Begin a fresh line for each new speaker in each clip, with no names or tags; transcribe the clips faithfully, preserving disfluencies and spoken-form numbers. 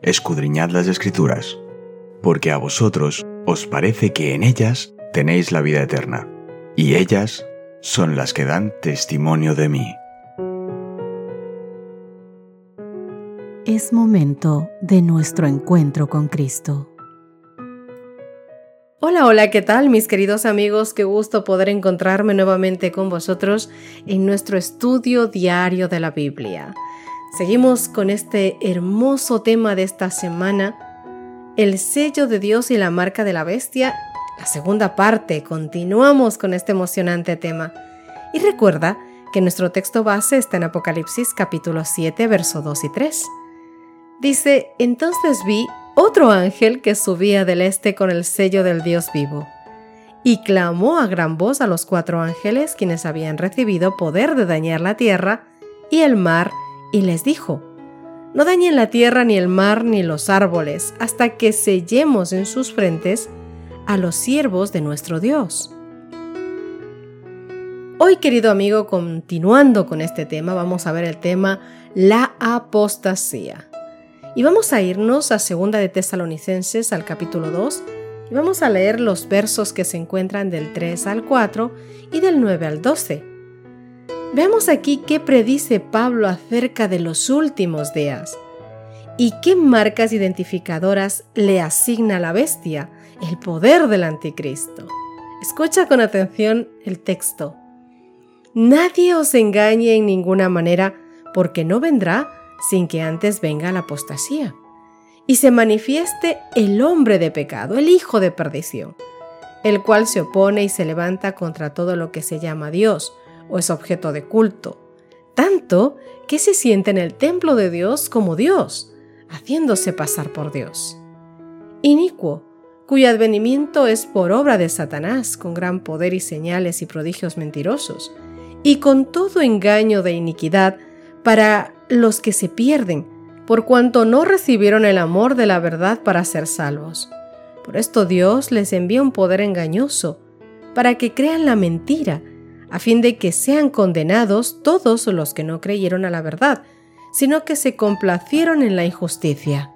escudriñad las Escrituras, porque a vosotros os parece que en ellas tenéis la vida eterna, y ellas son las que dan testimonio de mí.
Es momento de nuestro encuentro con Cristo.
Hola, hola, ¿qué tal mis queridos amigos? Qué gusto poder encontrarme nuevamente con vosotros en nuestro estudio diario de la Biblia. Seguimos con este hermoso tema de esta semana, el sello de Dios y la marca de la bestia. La segunda parte, continuamos con este emocionante tema. Y recuerda que nuestro texto base está en Apocalipsis capítulo siete, versos dos y tres. Dice, entonces vi otro ángel que subía del este con el sello del Dios vivo, y clamó a gran voz a los cuatro ángeles quienes habían recibido poder de dañar la tierra y el mar, y les dijo, no dañen la tierra ni el mar ni los árboles, hasta que sellemos en sus frentes a los siervos de nuestro Dios. Hoy, querido amigo, continuando con este tema, vamos a ver el tema la apostasía. Y vamos a irnos a Segunda de Tesalonicenses al capítulo dos y vamos a leer los versos que se encuentran del tres al cuatro y del nueve al doce. Veamos aquí qué predice Pablo acerca de los últimos días y qué marcas identificadoras le asigna a la bestia, el poder del anticristo. Escucha con atención el texto. Nadie os engañe en ninguna manera, porque no vendrá sin que antes venga la apostasía, y se manifieste el hombre de pecado, el hijo de perdición, el cual se opone y se levanta contra todo lo que se llama Dios o es objeto de culto, tanto que se siente en el templo de Dios como Dios, haciéndose pasar por Dios. Inicuo, cuyo advenimiento es por obra de Satanás, con gran poder y señales y prodigios mentirosos, y con todo engaño de iniquidad para los que se pierden, por cuanto no recibieron el amor de la verdad para ser salvos. Por esto Dios les envía un poder engañoso, para que crean la mentira, a fin de que sean condenados todos los que no creyeron a la verdad, sino que se complacieron en la injusticia.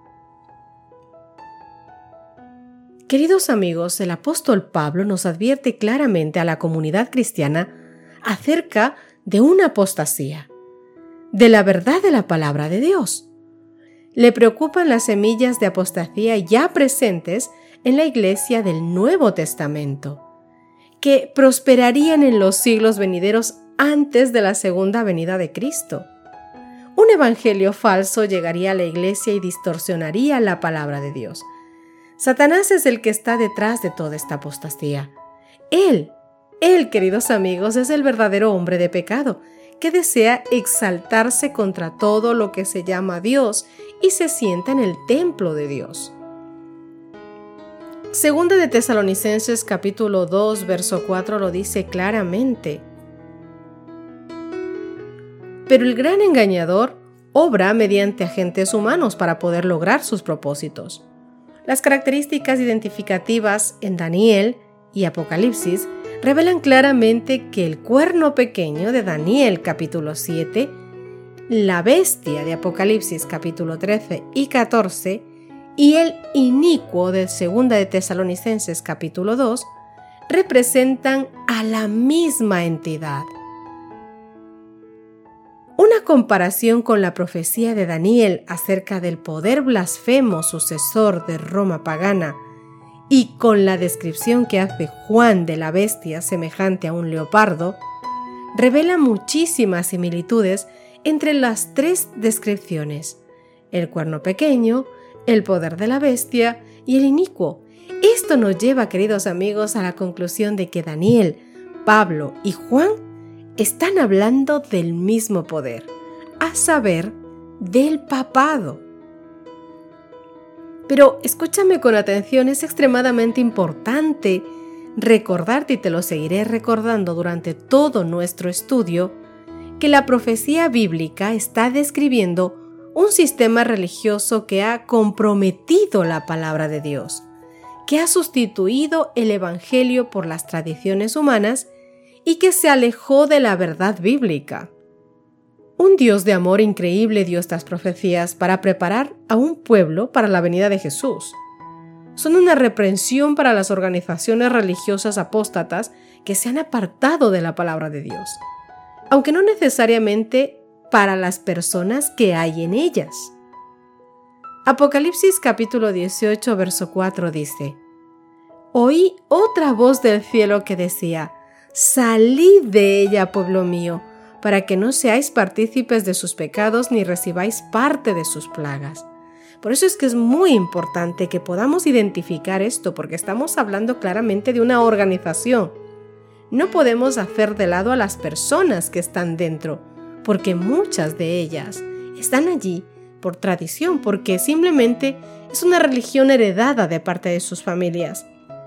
Queridos amigos, el apóstol Pablo nos advierte claramente a la comunidad cristiana acerca de una apostasía, de la verdad de la palabra de Dios. Le preocupan las semillas de apostasía ya presentes en la iglesia del Nuevo Testamento, que prosperarían en los siglos venideros antes de la segunda venida de Cristo. Un evangelio falso llegaría a la iglesia y distorsionaría la palabra de Dios. Satanás es el que está detrás de toda esta apostasía. Él, él, queridos amigos, es el verdadero hombre de pecado, que desea exaltarse contra todo lo que se llama Dios y se sienta en el templo de Dios. Segunda de Tesalonicenses capítulo dos, verso cuatro lo dice claramente. Pero el gran engañador obra mediante agentes humanos para poder lograr sus propósitos. Las características identificativas en Daniel y Apocalipsis revelan claramente que el cuerno pequeño de Daniel capítulo siete, la bestia de Apocalipsis capítulo trece y catorce y el inicuo de Segunda de Tesalonicenses capítulo dos representan a la misma entidad. Una comparación con la profecía de Daniel acerca del poder blasfemo sucesor de Roma pagana y con la descripción que hace Juan de la bestia semejante a un leopardo, revela muchísimas similitudes entre las tres descripciones: el cuerno pequeño, el poder de la bestia y el inicuo. Esto nos lleva, queridos amigos, a la conclusión de que Daniel, Pablo y Juan están hablando del mismo poder, a saber, del papado. Pero escúchame con atención, es extremadamente importante recordarte, y te lo seguiré recordando durante todo nuestro estudio, que la profecía bíblica está describiendo un sistema religioso que ha comprometido la palabra de Dios, que ha sustituido el Evangelio por las tradiciones humanas y que se alejó de la verdad bíblica. Un Dios de amor increíble dio estas profecías para preparar a un pueblo para la venida de Jesús. Son una reprensión para las organizaciones religiosas apóstatas que se han apartado de la palabra de Dios, aunque no necesariamente para las personas que hay en ellas. Apocalipsis capítulo dieciocho, verso cuatro dice: Oí otra voz del cielo que decía: Salid de ella, pueblo mío, para que no seáis partícipes de sus pecados ni recibáis parte de sus plagas. Por eso es que es muy importante que podamos identificar esto, porque estamos hablando claramente de una organización. No podemos hacer de lado a las personas que están dentro, porque muchas de ellas están allí por tradición, porque simplemente es una religión heredada de parte de sus familias.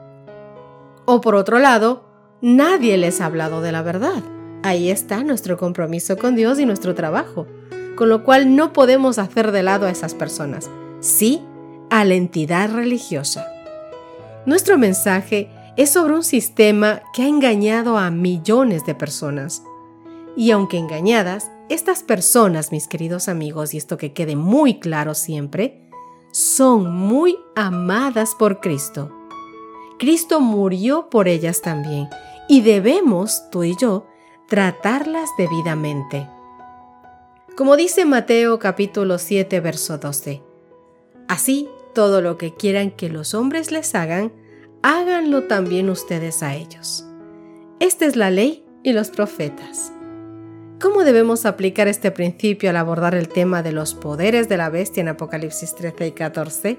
O por otro lado, nadie les ha hablado de la verdad. Ahí está nuestro compromiso con Dios y nuestro trabajo, con lo cual no podemos hacer de lado a esas personas, sí a la entidad religiosa. Nuestro mensaje es sobre un sistema que ha engañado a millones de personas. Y aunque engañadas, estas personas, mis queridos amigos, y esto que quede muy claro siempre, son muy amadas por Cristo. Cristo murió por ellas también, y debemos, tú y yo, tratarlas debidamente. Como dice Mateo capítulo siete, verso doce, así todo lo que quieran que los hombres les hagan, háganlo también ustedes a ellos. Esta es la ley y los profetas. ¿Cómo debemos aplicar este principio al abordar el tema de los poderes de la bestia en Apocalipsis trece y catorce?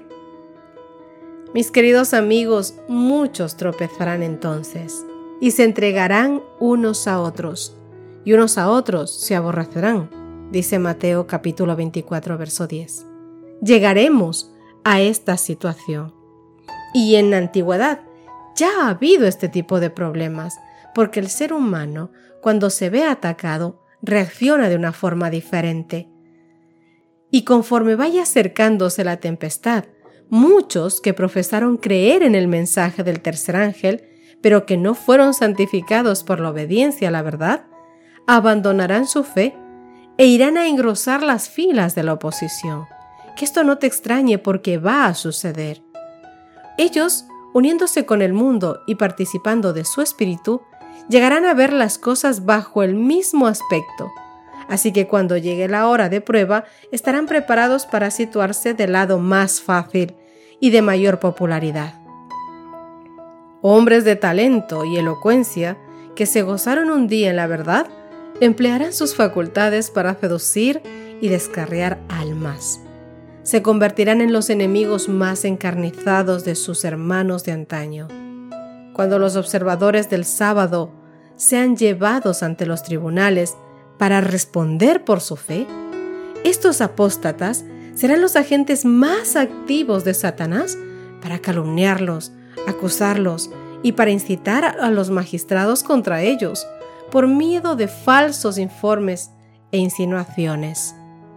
Mis queridos amigos, muchos tropezarán entonces y se entregarán unos a otros, y unos a otros se aborrecerán, dice Mateo capítulo veinticuatro, verso diez. Llegaremos a esta situación. Y en la antigüedad ya ha habido este tipo de problemas, porque el ser humano, cuando se ve atacado, reacciona de una forma diferente. Y conforme vaya acercándose la tempestad, muchos que profesaron creer en el mensaje del tercer ángel, pero que no fueron santificados por la obediencia a la verdad, abandonarán su fe e irán a engrosar las filas de la oposición. Que esto no te extrañe, porque va a suceder. Ellos, uniéndose con el mundo y participando de su espíritu, llegarán a ver las cosas bajo el mismo aspecto. Así que cuando llegue la hora de prueba, estarán preparados para situarse del lado más fácil y de mayor popularidad. Hombres de talento y elocuencia que se gozaron un día en la verdad, emplearán sus facultades para seducir y descarriar almas. Se convertirán en los enemigos más encarnizados de sus hermanos de antaño. Cuando los observadores del sábado sean llevados ante los tribunales para responder por su fe, estos apóstatas serán los agentes más activos de Satanás para calumniarlos, acusarlos y para incitar a los magistrados contra ellos por miedo de falsos informes e insinuaciones.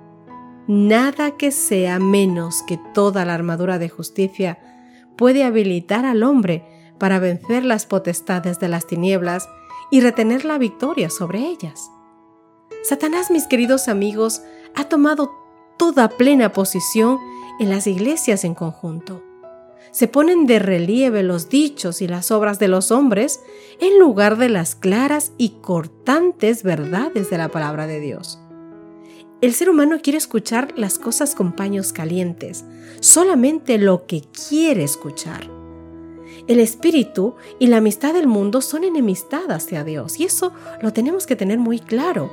Nada que sea menos que toda la armadura de justicia puede habilitar al hombre para vencer las potestades de las tinieblas y retener la victoria sobre ellas. Satanás, mis queridos amigos, ha tomado toda plena posición en las iglesias en conjunto. Se ponen de relieve los dichos y las obras de los hombres en lugar de las claras y cortantes verdades de la palabra de Dios. El ser humano quiere escuchar las cosas con paños calientes, solamente lo que quiere escuchar. El espíritu y la amistad del mundo son enemistad hacia Dios, y eso lo tenemos que tener muy claro.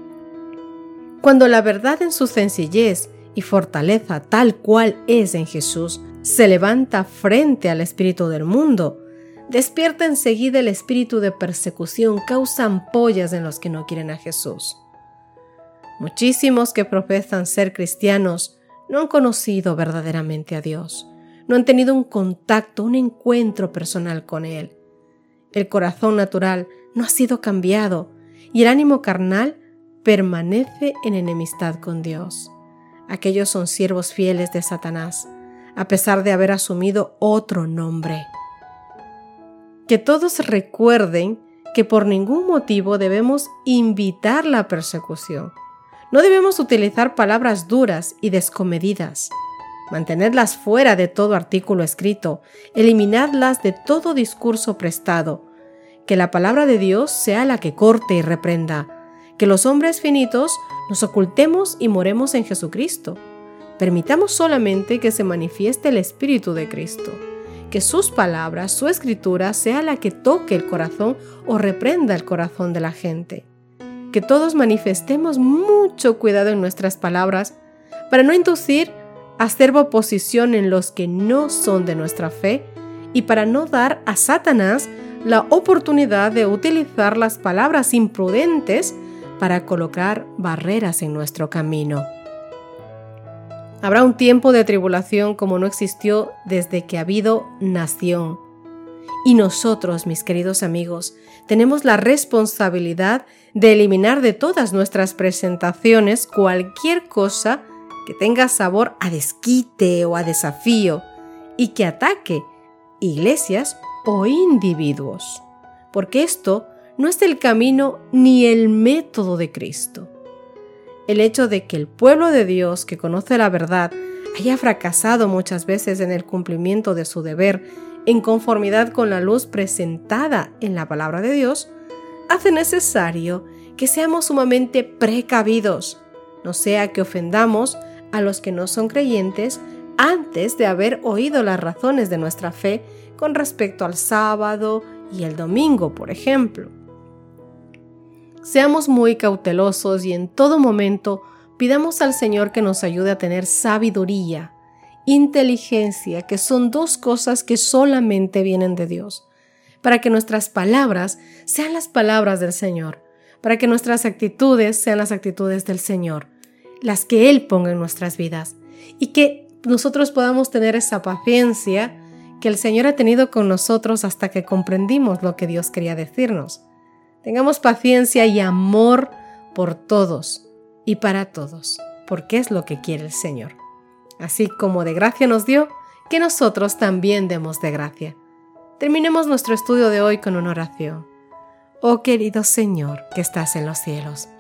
Cuando la verdad en su sencillez y fortaleza tal cual es en Jesús se levanta frente al espíritu del mundo, despierta enseguida el espíritu de persecución, causa ampollas en los que no quieren a Jesús. Muchísimos que profesan ser cristianos no han conocido verdaderamente a Dios, no han tenido un contacto, un encuentro personal con Él. El corazón natural no ha sido cambiado y el ánimo carnal permanece en enemistad con Dios. Aquellos son siervos fieles de Satanás, a pesar de haber asumido otro nombre. Que todos recuerden que por ningún motivo debemos invitar la persecución. No debemos utilizar palabras duras y descomedidas. Mantenedlas fuera de todo artículo escrito, eliminadlas de todo discurso prestado. Que la palabra de Dios sea la que corte y reprenda. Que los hombres finitos nos ocultemos y moremos en Jesucristo. Permitamos solamente que se manifieste el Espíritu de Cristo. Que sus palabras, su escritura, sea la que toque el corazón o reprenda el corazón de la gente. Que todos manifestemos mucho cuidado en nuestras palabras para no inducir a hacer oposición en los que no son de nuestra fe y para no dar a Satanás la oportunidad de utilizar las palabras imprudentes para colocar barreras en nuestro camino. Habrá un tiempo de tribulación como no existió desde que ha habido nación. Y nosotros, mis queridos amigos, tenemos la responsabilidad de eliminar de todas nuestras presentaciones cualquier cosa que tenga sabor a desquite o a desafío y que ataque iglesias o individuos, porque esto no es el camino ni el método de Cristo. El hecho de que el pueblo de Dios que conoce la verdad haya fracasado muchas veces en el cumplimiento de su deber en conformidad con la luz presentada en la palabra de Dios, hace necesario que seamos sumamente precavidos, no sea que ofendamos a los que no son creyentes antes de haber oído las razones de nuestra fe con respecto al sábado y el domingo, por ejemplo. Seamos muy cautelosos y en todo momento pidamos al Señor que nos ayude a tener sabiduría, inteligencia, que son dos cosas que solamente vienen de Dios, para que nuestras palabras sean las palabras del Señor, para que nuestras actitudes sean las actitudes del Señor, las que Él ponga en nuestras vidas, y que nosotros podamos tener esa paciencia que el Señor ha tenido con nosotros hasta que comprendimos lo que Dios quería decirnos. Tengamos paciencia y amor por todos y para todos, porque es lo que quiere el Señor. Así como de gracia nos dio, que nosotros también demos de gracia. Terminemos nuestro estudio de hoy con una oración. Oh querido Señor, que estás en los cielos.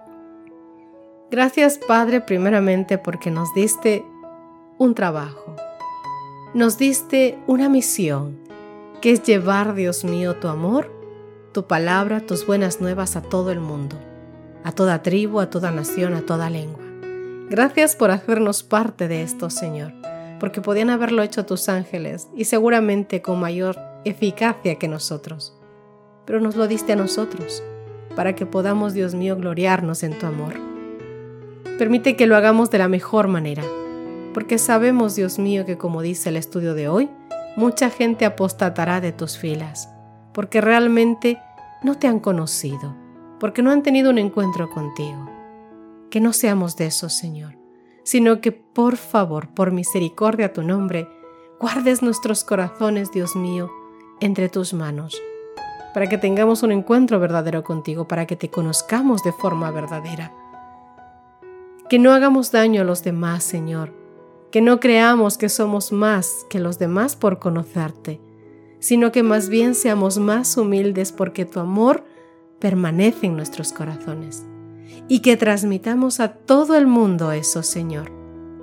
Gracias, Padre, primeramente porque nos diste un trabajo. Nos diste una misión, que es llevar, Dios mío, tu amor, tu palabra, tus buenas nuevas a todo el mundo, a toda tribu, a toda nación, a toda lengua. Gracias por hacernos parte de esto, Señor, porque podían haberlo hecho tus ángeles y seguramente con mayor eficacia que nosotros. Pero nos lo diste a nosotros, para que podamos, Dios mío, gloriarnos en tu amor. Permite que lo hagamos de la mejor manera, porque sabemos, Dios mío, que como dice el estudio de hoy, mucha gente apostatará de tus filas, porque realmente no te han conocido, porque no han tenido un encuentro contigo. Que no seamos de esos, Señor, sino que por favor, por misericordia a tu nombre, guardes nuestros corazones, Dios mío, entre tus manos, para que tengamos un encuentro verdadero contigo, para que te conozcamos de forma verdadera. Que no hagamos daño a los demás, Señor, que no creamos que somos más que los demás por conocerte, sino que más bien seamos más humildes porque tu amor permanece en nuestros corazones y que transmitamos a todo el mundo eso, Señor.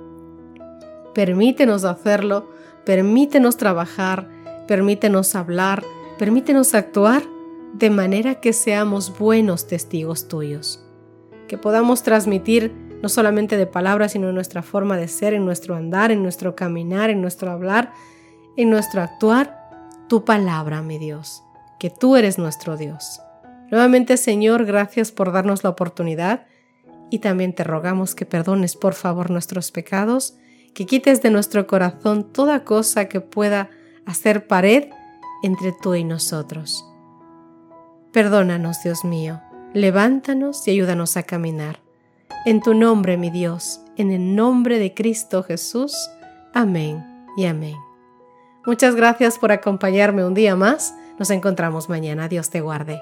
Permítenos hacerlo, permítenos trabajar, permítenos hablar, permítenos actuar de manera que seamos buenos testigos tuyos, que podamos transmitir no solamente de palabras, sino en nuestra forma de ser, en nuestro andar, en nuestro caminar, en nuestro hablar, en nuestro actuar, tu palabra, mi Dios, que tú eres nuestro Dios. Nuevamente, Señor, gracias por darnos la oportunidad y también te rogamos que perdones, por favor, nuestros pecados, que quites de nuestro corazón toda cosa que pueda hacer pared entre tú y nosotros. Perdónanos, Dios mío, levántanos y ayúdanos a caminar. En tu nombre, mi Dios, en el nombre de Cristo Jesús. Amén y amén. Muchas gracias por acompañarme un día más. Nos encontramos mañana. Dios te guarde.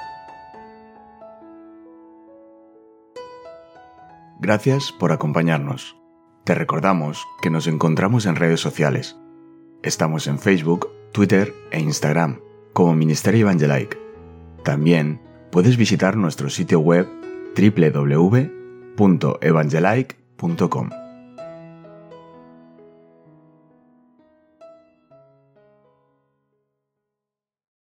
Gracias por acompañarnos. Te recordamos que nos encontramos en redes sociales. Estamos en Facebook, Twitter e Instagram como Ministerio Evangelike. También puedes visitar nuestro sitio web doble u doble u doble u punto evangelike punto com.